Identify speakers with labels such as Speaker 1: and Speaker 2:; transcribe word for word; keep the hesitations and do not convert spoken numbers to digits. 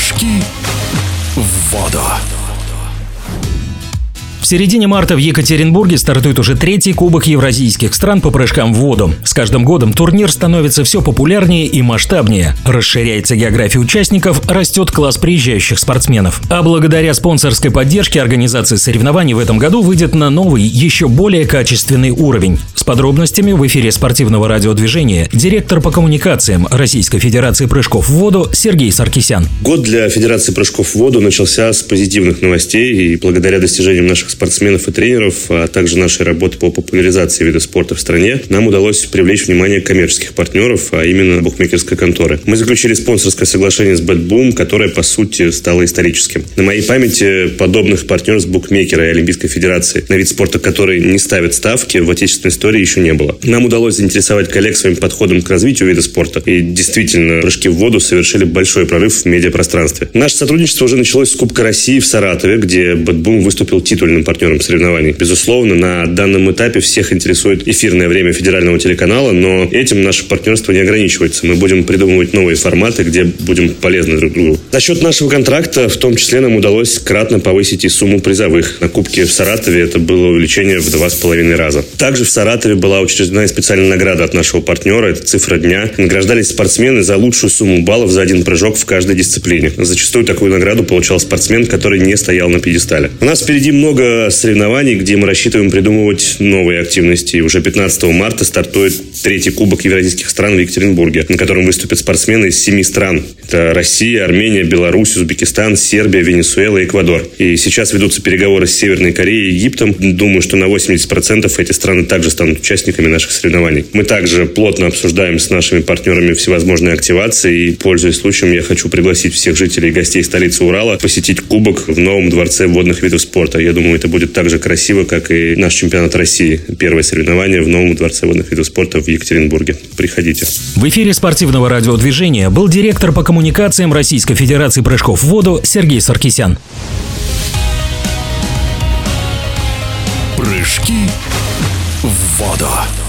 Speaker 1: Прыжки в воду.
Speaker 2: В середине марта в Екатеринбурге стартует уже третий Кубок евразийских стран по прыжкам в воду. С каждым годом турнир становится все популярнее и масштабнее. Расширяется география участников, растет класс приезжающих спортсменов. А благодаря спонсорской поддержке организация соревнований в этом году выйдет на новый, еще более качественный уровень. С подробностями в эфире спортивного радиодвижения директор по коммуникациям Российской Федерации прыжков в воду Сергей Саркисян.
Speaker 3: Год для Федерации прыжков в воду начался с позитивных новостей, и благодаря достижениям наших спортсменов и тренеров, а также нашей работы по популяризации вида спорта в стране, нам удалось привлечь внимание коммерческих партнеров, а именно букмекерской конторы. Мы заключили спонсорское соглашение с Бэтбум, которое, по сути, стало историческим. На моей памяти подобных партнерств букмекера и Олимпийской Федерации, на вид спорта, который не ставит ставки, в отечественной истории еще не было. Нам удалось заинтересовать коллег своим подходом к развитию вида спорта, и действительно, прыжки в воду совершили большой прорыв в медиапространстве. Наше сотрудничество уже началось с Кубка России в Саратове, где Бэтбум выступил титульным партнером соревнований. Безусловно, на данном этапе всех интересует эфирное время федерального телеканала, но этим наше партнерство не ограничивается. Мы будем придумывать новые форматы, где будем полезны друг другу. За счет нашего контракта, в том числе, нам удалось кратно повысить и сумму призовых. На Кубке в Саратове это было увеличение в два с половиной раза. Также в Саратове была учреждена и специальная награда от нашего партнера, это цифра дня. Награждались спортсмены за лучшую сумму баллов за один прыжок в каждой дисциплине. Зачастую такую награду получал спортсмен, который не стоял на пьедестале. У нас впереди много соревнований, где мы рассчитываем придумывать новые активности. И уже пятнадцатого марта стартует третий Кубок евразийских стран в Екатеринбурге, на котором выступят спортсмены из семи стран. Это Россия, Армения, Беларусь, Узбекистан, Сербия, Венесуэла и Эквадор. И сейчас ведутся переговоры с Северной Кореей и Египтом. Думаю, что на восемьдесят процентов эти страны также станут участниками наших соревнований. Мы также плотно обсуждаем с нашими партнерами всевозможные активации. И, пользуясь случаем, я хочу пригласить всех жителей и гостей столицы Урала посетить Кубок в новом дворце водных видов спорта. Я думаю, это будет так же красиво, как и наш чемпионат России. Первое соревнование в новом дворце водных видов спорта в Екатеринбурге. Приходите.
Speaker 2: В эфире спортивного радиодвижения был директор по коммуникациям Российской Федерации прыжков в воду Сергей Саркисян.
Speaker 1: Прыжки в воду.